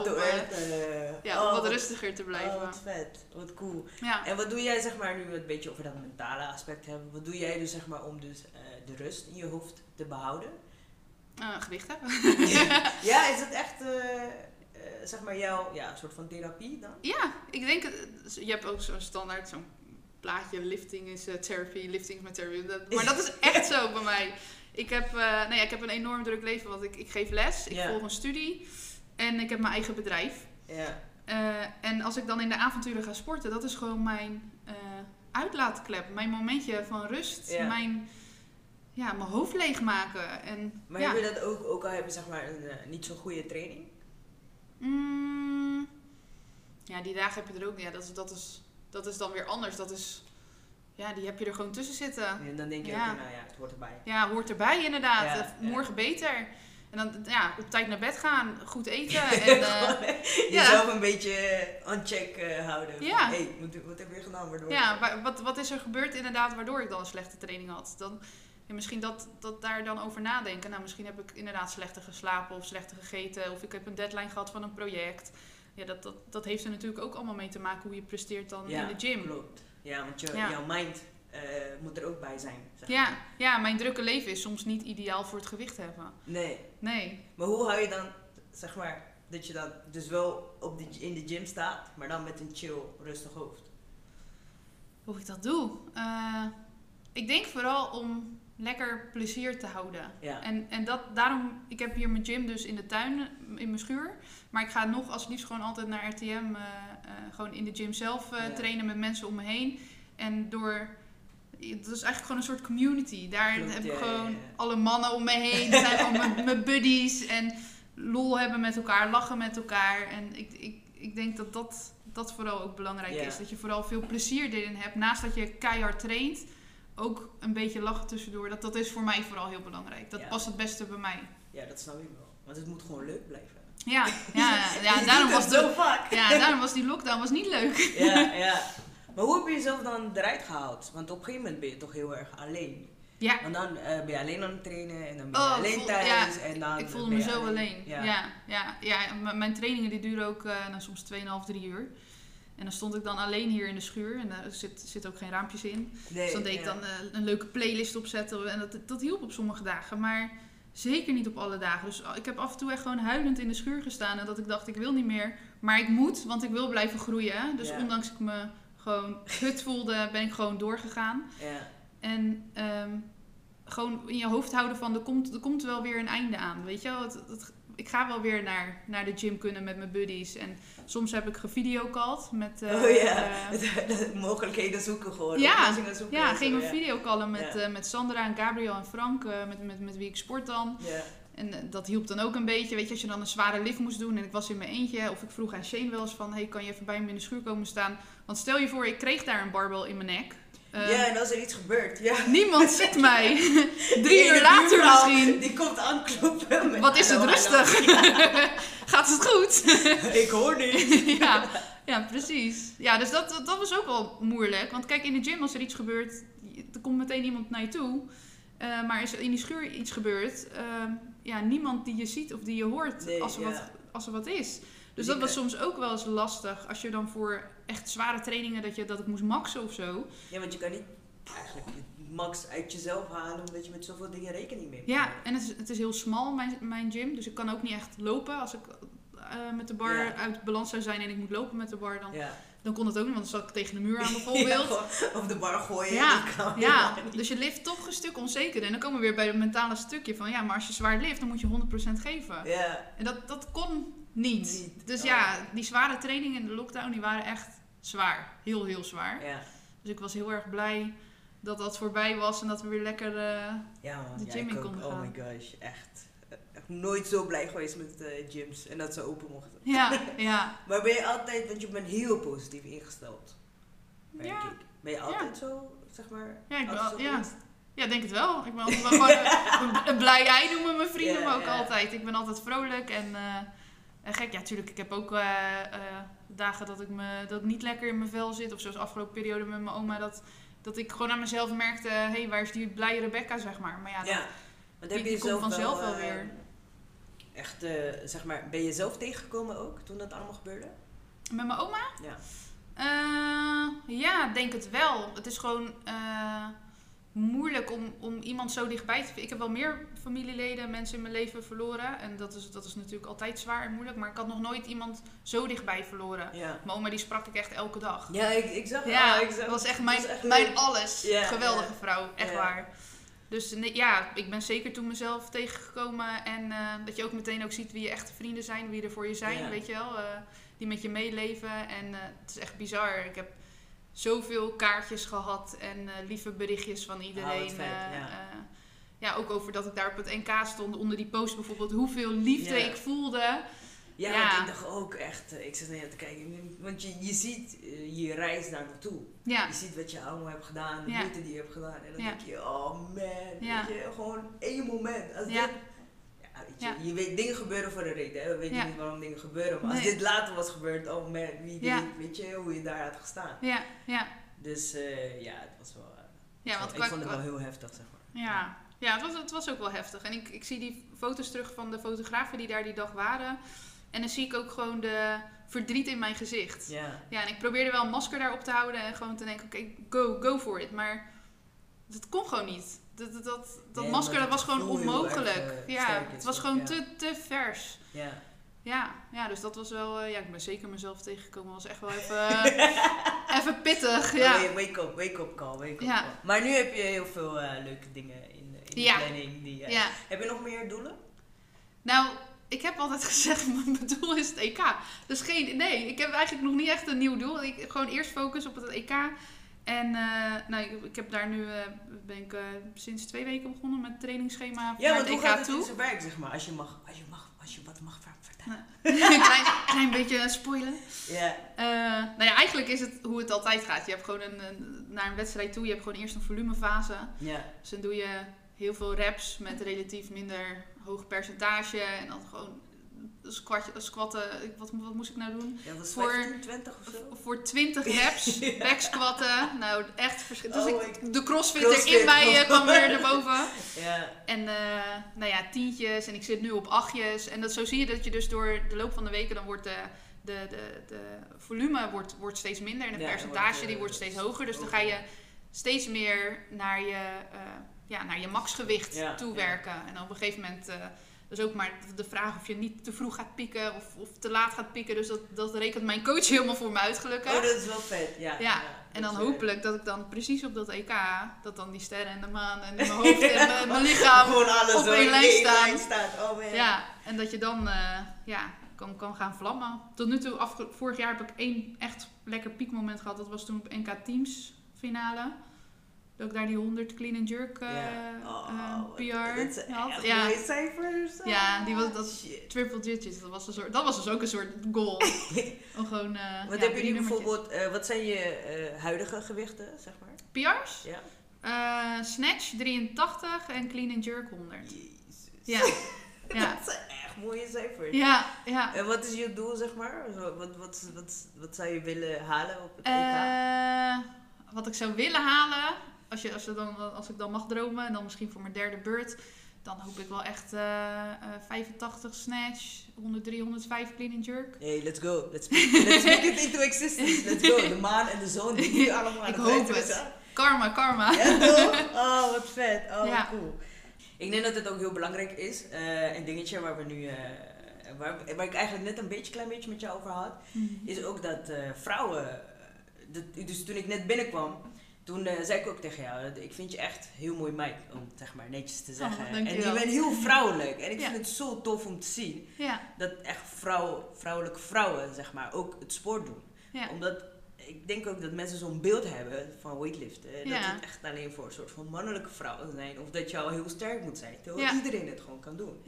om wat rustiger te blijven.
Oh, wat vet. Wat cool.
Ja.
En wat doe jij, zeg maar, nu we het een beetje over dat mentale aspect hebben. Wat doe jij dus, zeg maar, om dus de rust in je hoofd te behouden?
Gewichten.
Ja, is het echt, zeg maar, jouw soort van therapie dan?
Ja, ik denk, je hebt ook zo'n standaard, zo'n plaatje, lifting is therapy, lifting is mijn therapy. Maar dat is echt zo bij mij. Ik heb een enorm druk leven, want ik geef les, ik volg een studie en ik heb mijn eigen bedrijf.
Ja.
En als ik dan in de avonturen ga sporten, dat is gewoon mijn uitlaatklep, mijn momentje van rust, mijn hoofd leegmaken.
Maar heb je dat ook al hebben, zeg maar, een niet zo goede training?
Ja, die dagen heb je er ook. Ja, dat is dan weer anders. Dat is, die heb je er gewoon tussen zitten.
En dan denk je ook, het hoort erbij.
Ja, hoort erbij inderdaad. Morgen beter. En dan op tijd naar bed gaan, goed eten. En,
jezelf een beetje on check houden.
Ja.
Hé, wat heb je gedaan? Waardoor
wat is er gebeurd inderdaad waardoor ik dan een slechte training had? Dan, misschien dat daar dan over nadenken. Nou, misschien heb ik inderdaad slechter geslapen of slechter gegeten. Of ik heb een deadline gehad van een project. Ja, dat heeft er natuurlijk ook allemaal mee te maken hoe je presteert dan in de gym.
Klopt. Ja, want jouw mind moet er ook bij zijn. Zeg
maar. Ja, mijn drukke leven is soms niet ideaal voor het gewicht hebben. Nee.
Maar hoe hou je dan, zeg maar, dat je dan dus wel in de gym staat, maar dan met een chill, rustig hoofd?
Hoe ik dat doe? Ik denk vooral om lekker plezier te houden.
Ja.
En daarom, ik heb hier mijn gym dus in de tuin, in mijn schuur. Maar ik ga nog als liefst gewoon altijd naar RTM, gewoon in de gym zelf trainen met mensen om me heen. En dat is eigenlijk gewoon een soort community. Daar heb ik gewoon alle mannen om me heen. Dat zijn al mijn buddies. En lol hebben met elkaar, lachen met elkaar. En ik denk dat vooral ook belangrijk is. Dat je vooral veel plezier erin hebt. Naast dat je keihard traint, ook een beetje lachen tussendoor. Dat is voor mij vooral heel belangrijk. Dat past het beste bij mij.
Ja, dat snap ik wel. Want het moet gewoon leuk blijven.
Ja, daarom was die lockdown niet leuk.
Ja. Maar hoe heb je jezelf dan eruit gehaald? Want op een gegeven moment ben je toch heel erg alleen.
Ja.
Want dan ben je alleen aan het trainen en dan ben je alleen thuis.
Ja,
en dan
ik voelde me zo alleen. Ja, mijn trainingen die duren ook soms 2,5, 3 uur. En dan stond ik dan alleen hier in de schuur. En daar zit ook geen raampjes in. Dus dan deed ik dan een leuke playlist opzetten. En dat hielp op sommige dagen. Maar zeker niet op alle dagen. Dus ik heb af en toe echt gewoon huilend in de schuur gestaan. En dat ik dacht, ik wil niet meer. Maar ik moet, want ik wil blijven groeien. Dus ondanks ik me gewoon hut voelde, ben ik gewoon doorgegaan.
Ja.
En gewoon in je hoofd houden van, er komt wel weer een einde aan. Weet je wel? Ik ga wel weer naar de gym kunnen met mijn buddies. En soms heb ik gevideocalled met...
mogelijkheden zoeken gewoon.
Gingen we videocallen met Sandra en Gabriel en Frank. Met wie ik sport dan.
Ja.
En dat hielp dan ook een beetje. Weet je, als je dan een zware lift moest doen en ik was in mijn eentje. Of ik vroeg aan Shane wel eens van, hey, kan je even bij me in de schuur komen staan? Want stel je voor, ik kreeg daar een barbel in mijn nek.
En als er iets gebeurt. Ja.
Niemand ziet mij. 3 uur later misschien.
Die komt aankloppen.
Wat is het rustig? Gaat het goed?
Ik hoor niet.
Ja, precies. Ja, dus dat was ook wel moeilijk. Want kijk, in de gym als er iets gebeurt, er komt meteen iemand naar je toe. Maar als er in die schuur iets gebeurt, niemand die je ziet of die je hoort als er wat is. Dus dat was soms ook wel eens lastig. Als je dan voor echt zware trainingen, dat ik moest maxen of zo.
Ja, want je kan niet eigenlijk max uit jezelf halen, omdat je met zoveel dingen rekening mee hebt.
Ja, en het is heel smal, mijn gym. Dus ik kan ook niet echt lopen. Als ik met de bar uit balans zou zijn en ik moet lopen met de bar, dan kon het ook niet. Want dan zat ik tegen de muur aan bijvoorbeeld.
Of de bar gooien.
Ja, dus je lift toch een stuk onzeker. En dan komen we weer bij het mentale stukje van, maar als je zwaar lift, dan moet je 100% geven.
Ja.
En dat kon niet. Dus die zware trainingen in de lockdown, die waren echt zwaar. Heel, heel zwaar.
Ja.
Dus ik was heel erg blij dat voorbij was en dat we weer lekker de gym in konden gaan.
Oh my gosh, echt. Ik ben nooit zo blij geweest met gyms en dat ze open mochten.
Ja.
Maar ben je altijd, want je bent heel positief ingesteld. Ben je altijd zo, zeg maar?
Ja, denk het wel. Ik ben altijd wel gewoon een blij ei noemen mijn vrienden me ook altijd. Ik ben altijd vrolijk en gek. Ja, tuurlijk. Ik heb ook dagen dat ik niet lekker in mijn vel zit. Of zoals afgelopen periode met mijn oma. Dat ik gewoon aan mezelf merkte, hé, waar is die blije Rebecca, zeg maar. Maar die komt vanzelf wel weer.
Echt, zeg maar, ben je zelf tegengekomen ook toen dat allemaal gebeurde?
Met mijn oma?
Ja.
Denk het wel. Het is gewoon moeilijk om iemand zo dichtbij te vinden. Ik heb wel meer familieleden, mensen in mijn leven verloren. En dat is natuurlijk altijd zwaar en moeilijk. Maar ik had nog nooit iemand zo dichtbij verloren. Ja. Mijn oma die sprak ik echt elke dag.
Ja, ik zag het.
Ja, dat was echt mijn alles. Ja, geweldige vrouw, echt waar. Dus ik ben zeker toen mezelf tegengekomen. En dat je ook meteen ook ziet wie je echte vrienden zijn. Wie er voor je zijn, weet je wel. Die met je meeleven. En het is echt bizar. Ik heb zoveel kaartjes gehad en lieve berichtjes van iedereen. Ook over dat ik daar op het NK stond, onder die post bijvoorbeeld, hoeveel liefde ik voelde.
Ja, want ik dacht ook echt, ik zit naar te kijken, want je ziet je reis daar naartoe. Ja. Je ziet wat je allemaal hebt gedaan, de moeite die je hebt gedaan. En dan denk je, oh man, weet je, gewoon één moment. Als weet je, je weet, dingen gebeuren voor een reden. Hè? We weten niet waarom dingen gebeuren. Maar als dit later was gebeurd, oh man, wie weet je hoe je daar had gestaan.
Ja.
Dus het was wel...
ik
vond het wel heel heftig, zeg maar.
Ja, het was ook wel heftig. En ik zie die foto's terug van de fotografen die daar die dag waren. En dan zie ik ook gewoon de verdriet in mijn gezicht. Ja, en ik probeerde wel een masker daarop te houden en gewoon te denken, oké, go for it. Maar dat kon gewoon niet. Dat masker, dat was gewoon onmogelijk. Het was gewoon te vers. Ja, dus dat was wel... ik ben zeker mezelf tegengekomen. Dat was echt wel even pittig. Ja.
Wake up call. Maar nu heb je heel veel leuke dingen in de planning. Heb je nog meer doelen?
Nou, ik heb altijd gezegd, mijn doel is het EK. Dus ik heb eigenlijk nog niet echt een nieuw doel. Ik gewoon eerst focus op het EK. En ik heb daar nu, ben ik sinds 2 weken begonnen met het trainingsschema naar het EK toe. Ja, want hoe gaat het in
zijn werk, zeg maar? Als je wat mag vertellen.
klein beetje spoilen. Eigenlijk is het hoe het altijd gaat. Je hebt gewoon naar een wedstrijd toe, je hebt gewoon eerst een volumefase. Dus dan doe je heel veel reps met relatief minder hoog percentage. En dan gewoon squatten. Wat moest ik nou doen?
Ja, dat is 15, 20 of zo?
Voor 20 reps, back squatten. Nou, echt verschrikkelijk. Dus de crossfitter in mij kwam weer erboven. En tientjes. En ik zit nu op 8'jes. En zo zie je dat je dus door de loop van de weken, dan wordt de volume wordt steeds minder. En het percentage die wordt steeds hoger. Dus dan ga je steeds meer naar je maxgewicht toewerken. En op een gegeven moment... Dus ook maar de vraag of je niet te vroeg gaat pieken of te laat gaat pieken. Dus dat rekent mijn coach helemaal voor me uit, gelukkig.
Oh, dat is wel vet. Ja.
En dan hopelijk dat ik dan precies op dat EK, dat dan die sterren en de maan en mijn hoofd en mijn lichaam
gewoon alles
op één lijn
staat. Oh man.
Ja, en dat je dan kan gaan vlammen. Tot nu toe, vorig jaar heb ik 1 echt lekker piekmoment gehad. Dat was toen op NK Teams finale. Dat ik daar die 100 clean and jerk PR had.
Mooie cijfers.
Ja, dat triple digits. Dat was dus ook een soort goal. Om gewoon,
wat heb je nu bijvoorbeeld, wat zijn je huidige gewichten, zeg maar?
PR's? Ja. Snatch 83 en clean and jerk 100.
Jezus.
Ja.
Dat zijn echt mooie cijfers.
Ja.
En wat is je doel, zeg maar? Wat zou je willen halen op het EK?
Wat ik zou willen halen... Als ik dan mag dromen en dan misschien voor mijn 3e beurt, dan hoop ik wel echt 85 snatch, 103, 105 clean and jerk.
Hey, let's go. Let's make it into existence. Let's go. De maan en de zon, die nu allemaal aan
het hoop het. Karma.
Ja, toch? Oh, wat vet. Oh, cool. Ik denk dat het ook heel belangrijk is. Een dingetje waar we nu... waar ik eigenlijk net een klein beetje met jou over had, is ook dat vrouwen... Dus toen ik net binnenkwam... Toen zei ik ook tegen jou, ik vind je echt heel mooi meid, om zeg maar netjes te zeggen. En je bent heel vrouwelijk. En ik vind het zo tof om te zien dat echt vrouwelijke vrouwen zeg maar ook het sport doen. Omdat ik denk ook dat mensen zo'n beeld hebben van weightliften. Dat het echt alleen voor een soort van mannelijke vrouwen zijn. Of dat je al heel sterk moet zijn. Terwijl iedereen het gewoon kan doen.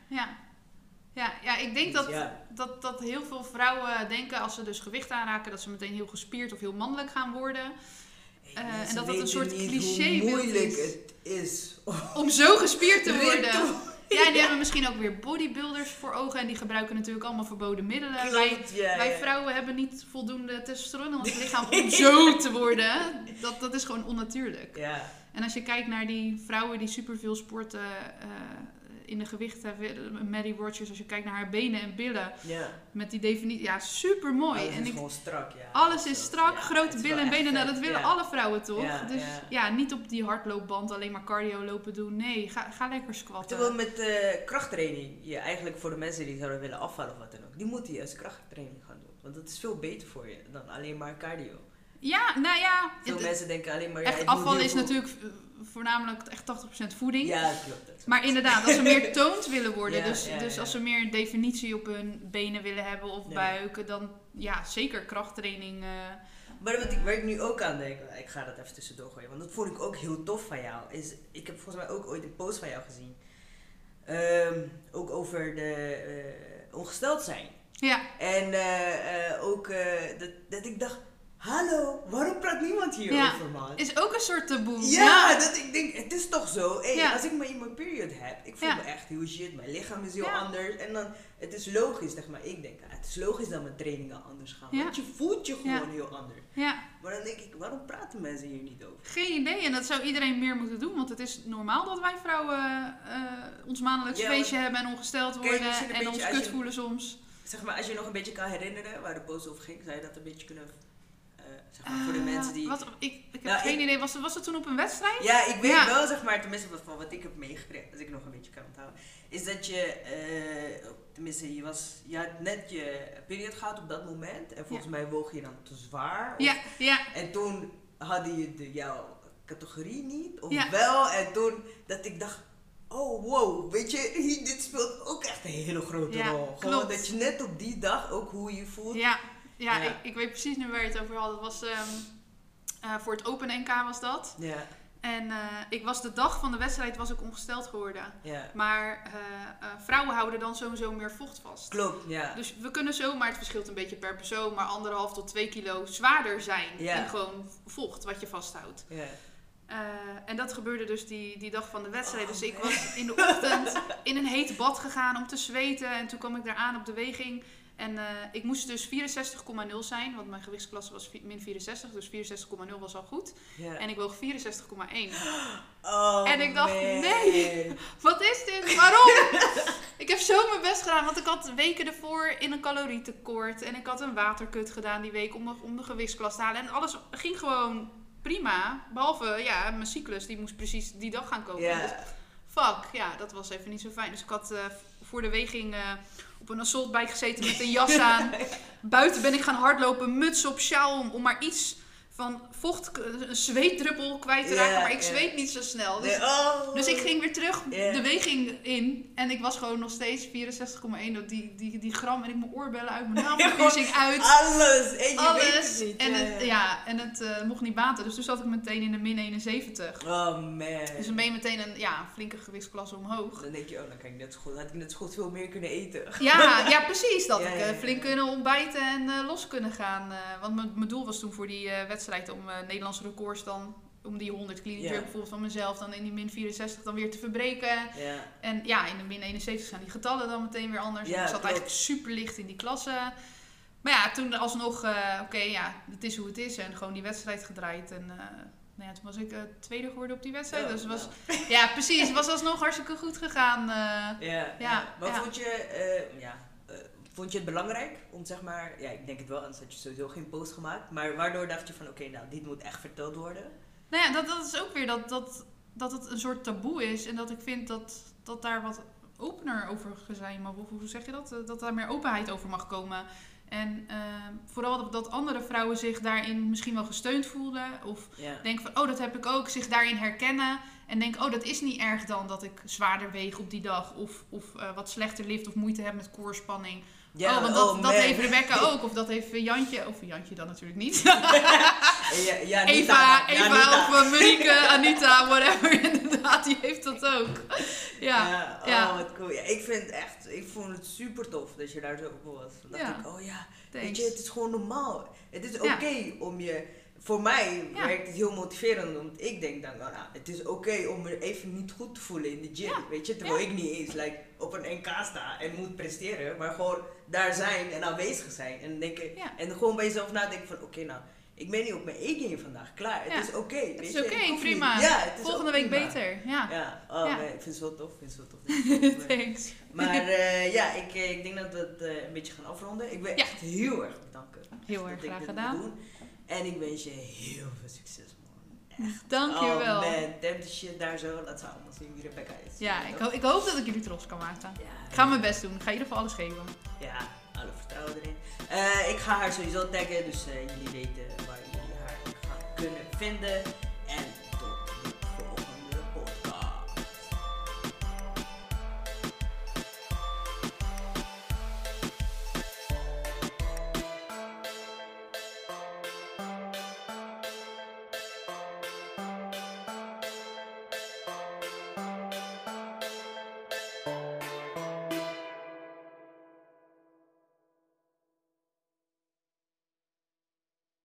Ja, ik denk dat heel veel vrouwen denken als ze dus gewicht aanraken, dat ze meteen heel gespierd of heel mannelijk gaan worden. En dat een soort cliché
hoe moeilijk het is
om zo gespierd te worden. Ja, en die hebben misschien ook weer bodybuilders voor ogen. En die gebruiken natuurlijk allemaal verboden middelen. Wij vrouwen hebben niet voldoende testosteron in ons lichaam om zo te worden. Dat is gewoon onnatuurlijk.
Ja.
En als je kijkt naar die vrouwen die superveel sporten... in de gewichten, Maddie Rogers, als je kijkt naar haar benen en billen, met die definitie, super mooi.
Alles is gewoon strak,
Alles is strak, grote billen en benen, dat willen alle vrouwen toch? Dus niet op die hardloopband alleen maar cardio lopen doen, nee, ga lekker squatten.
Terwijl met krachttraining, je eigenlijk voor de mensen die zouden willen afvallen of wat dan ook, die moeten juist krachttraining gaan doen, want dat is veel beter voor je dan alleen maar cardio.
Ja, nou ja.
Veel mensen denken alleen maar...
Echt afvallen is natuurlijk voornamelijk echt 80% voeding.
Ja, klopt.
Maar inderdaad, als ze meer toned willen worden, dus als ze meer definitie op hun benen willen hebben of buiken, dan zeker krachttraining.
Maar waar ik nu ook aan denk, ik ga dat even tussendoor gooien, want dat vond ik ook heel tof van jou. Ik heb volgens mij ook ooit een post van jou gezien. Ook over de ongesteld zijn.
Ja.
En ook dat ik dacht... hallo, waarom praat niemand hierover, man?
Is ook een soort taboe.
Ja, dat ik denk, het is toch zo. Als ik mijn period heb, ik voel me echt heel shit. Mijn lichaam is heel anders. En dan, het is logisch, zeg maar. Ik denk, het is logisch dat mijn trainingen anders gaan. Want je voelt je gewoon heel anders.
Ja.
Maar dan denk ik, waarom praten mensen hier niet over?
Geen idee. En dat zou iedereen meer moeten doen. Want het is normaal dat wij vrouwen ons maandelijks feestje hebben en ongesteld worden. En ons kut voelen soms.
Zeg maar, als je nog een beetje kan herinneren waar de post over ging, zou je dat een beetje kunnen... zeg maar, voor de mensen die...
Ik heb geen idee. Was het toen op een wedstrijd?
Ja, ik weet wel, zeg maar, tenminste van wat ik heb meegekregen, als ik nog een beetje kan onthouden, is dat je, tenminste, je had net je period gehad op dat moment en volgens mij woog je dan te zwaar.
Ja.
En toen hadden je jouw categorie niet, of wel, en toen dat ik dacht, oh wow, weet je, dit speelt ook echt een hele grote rol. Gewoon
klopt.
dat je net op die dag ook hoe je voelt.
Ja, ik weet precies nu waar je het over had. Het was voor het Open NK was dat. Ja. En ik was de dag van de wedstrijd was ik ongesteld geworden. Ja. Maar vrouwen houden dan sowieso meer vocht vast.
Klopt, ja.
Dus we kunnen zomaar, het verschilt een beetje per persoon, maar 1,5 tot 2 kilo zwaarder zijn in gewoon vocht wat je vasthoudt. Ja. En dat gebeurde dus die dag van de wedstrijd. Dus ik was in de ochtend in een heet bad gegaan om te zweten. En toen kwam ik daar aan op de weging. En ik moest dus 64,0 zijn, want mijn gewichtsklasse was min 64, dus 64,0 was al goed. Yeah. En ik woog 64,1. En ik dacht, nee, wat is dit? Waarom? Ik heb zo mijn best gedaan, want ik had weken ervoor in een calorietekort. En ik had een waterkut gedaan die week om de gewichtsklasse te halen. En alles ging gewoon prima, behalve mijn cyclus, die moest precies die dag gaan komen. Yeah. Dus, dat was even niet zo fijn. Dus ik had voor de weging... op een assaultbike gezeten met een jas aan. Buiten ben ik gaan hardlopen, muts op, sjaal om maar iets van vocht, een zweetdruppel kwijt te raken. Maar ik zweet niet zo snel. Dus ik ging weer terug de weging in. En ik was gewoon nog steeds 64,1. Die gram en ik mijn oorbellen uit, mijn navelpiercing uit.
Alles. En je weet het niet.
En het mocht niet baten. Dus toen zat ik meteen in de min 71.
Oh man.
Dus dan ben je meteen een flinke gewichtsklasse omhoog.
Dan denk je, dan kan ik had ik net zo goed veel meer kunnen eten.
Ja, precies. Dat ik flink kunnen ontbijten en los kunnen gaan. Want mijn doel was toen voor die wedstrijd om Nederlandse records dan, om die 100 clean jerk bijvoorbeeld van mezelf dan in die min 64 dan weer te verbreken. En in de min 71 zijn die getallen dan meteen weer anders. Ik zat eigenlijk super licht in die klasse. Maar toen alsnog, het is hoe het is en gewoon die wedstrijd gedraaid. En toen was ik tweede geworden op die wedstrijd. Dus het was, precies, het was alsnog hartstikke goed gegaan.
Wat vond je, vond je het belangrijk om zeg maar, ik denk het wel, anders had je sowieso geen post gemaakt. Maar waardoor dacht je van dit moet echt verteld worden?
Nou ja, dat is ook weer dat het een soort taboe is. En dat ik vind dat daar wat opener over zijn mag. Of hoe zeg je dat? Dat daar meer openheid over mag komen. En vooral dat andere vrouwen zich daarin misschien wel gesteund voelden. Of denken van, dat heb ik ook. Zich daarin herkennen. En denken, dat is niet erg dan dat ik zwaarder weeg op die dag. Of wat slechter lift of moeite heb met koorspanning. Ja, want dat heeft Rebecca ook. Of dat heeft Jantje. Of Jantje dan natuurlijk niet. Eva of Marieke, Anita, whatever. Inderdaad, die heeft dat ook.
Wat cool. Ja, ik vond het super tof dat je daar zo op was. Dan dacht ik, weet je, het is gewoon normaal. Het is oké om je... Voor mij werkt het heel motiverend, want ik denk dan, het is oké om me even niet goed te voelen in de gym, weet je. Terwijl ik niet eens op een NK sta en moet presteren, maar gewoon daar zijn en aanwezig zijn. En denken, en gewoon bij jezelf nadenken van, ik ben niet op mijn E-game vandaag, klaar. Het is oké, weet je.
Het is oké, prima. Volgende week beter.
Nee, ik vind het wel tof.
Thanks.
Maar ik denk dat we het een beetje gaan afronden. Ik wil echt heel erg bedanken.
Heel erg graag gedaan.
En ik wens je heel veel succes, man. Echt.
Dankjewel.
Oh man, tempt de shit daar zo. Dat zou allemaal zien wie Rebecca is.
Ja, ik hoop dat ik jullie trots kan maken. Ik ga mijn best doen. Ik ga in ieder geval alles geven.
Ja, alle vertrouwen erin. Ik ga haar sowieso taggen, dus jullie weten waar jullie haar gaan kunnen vinden.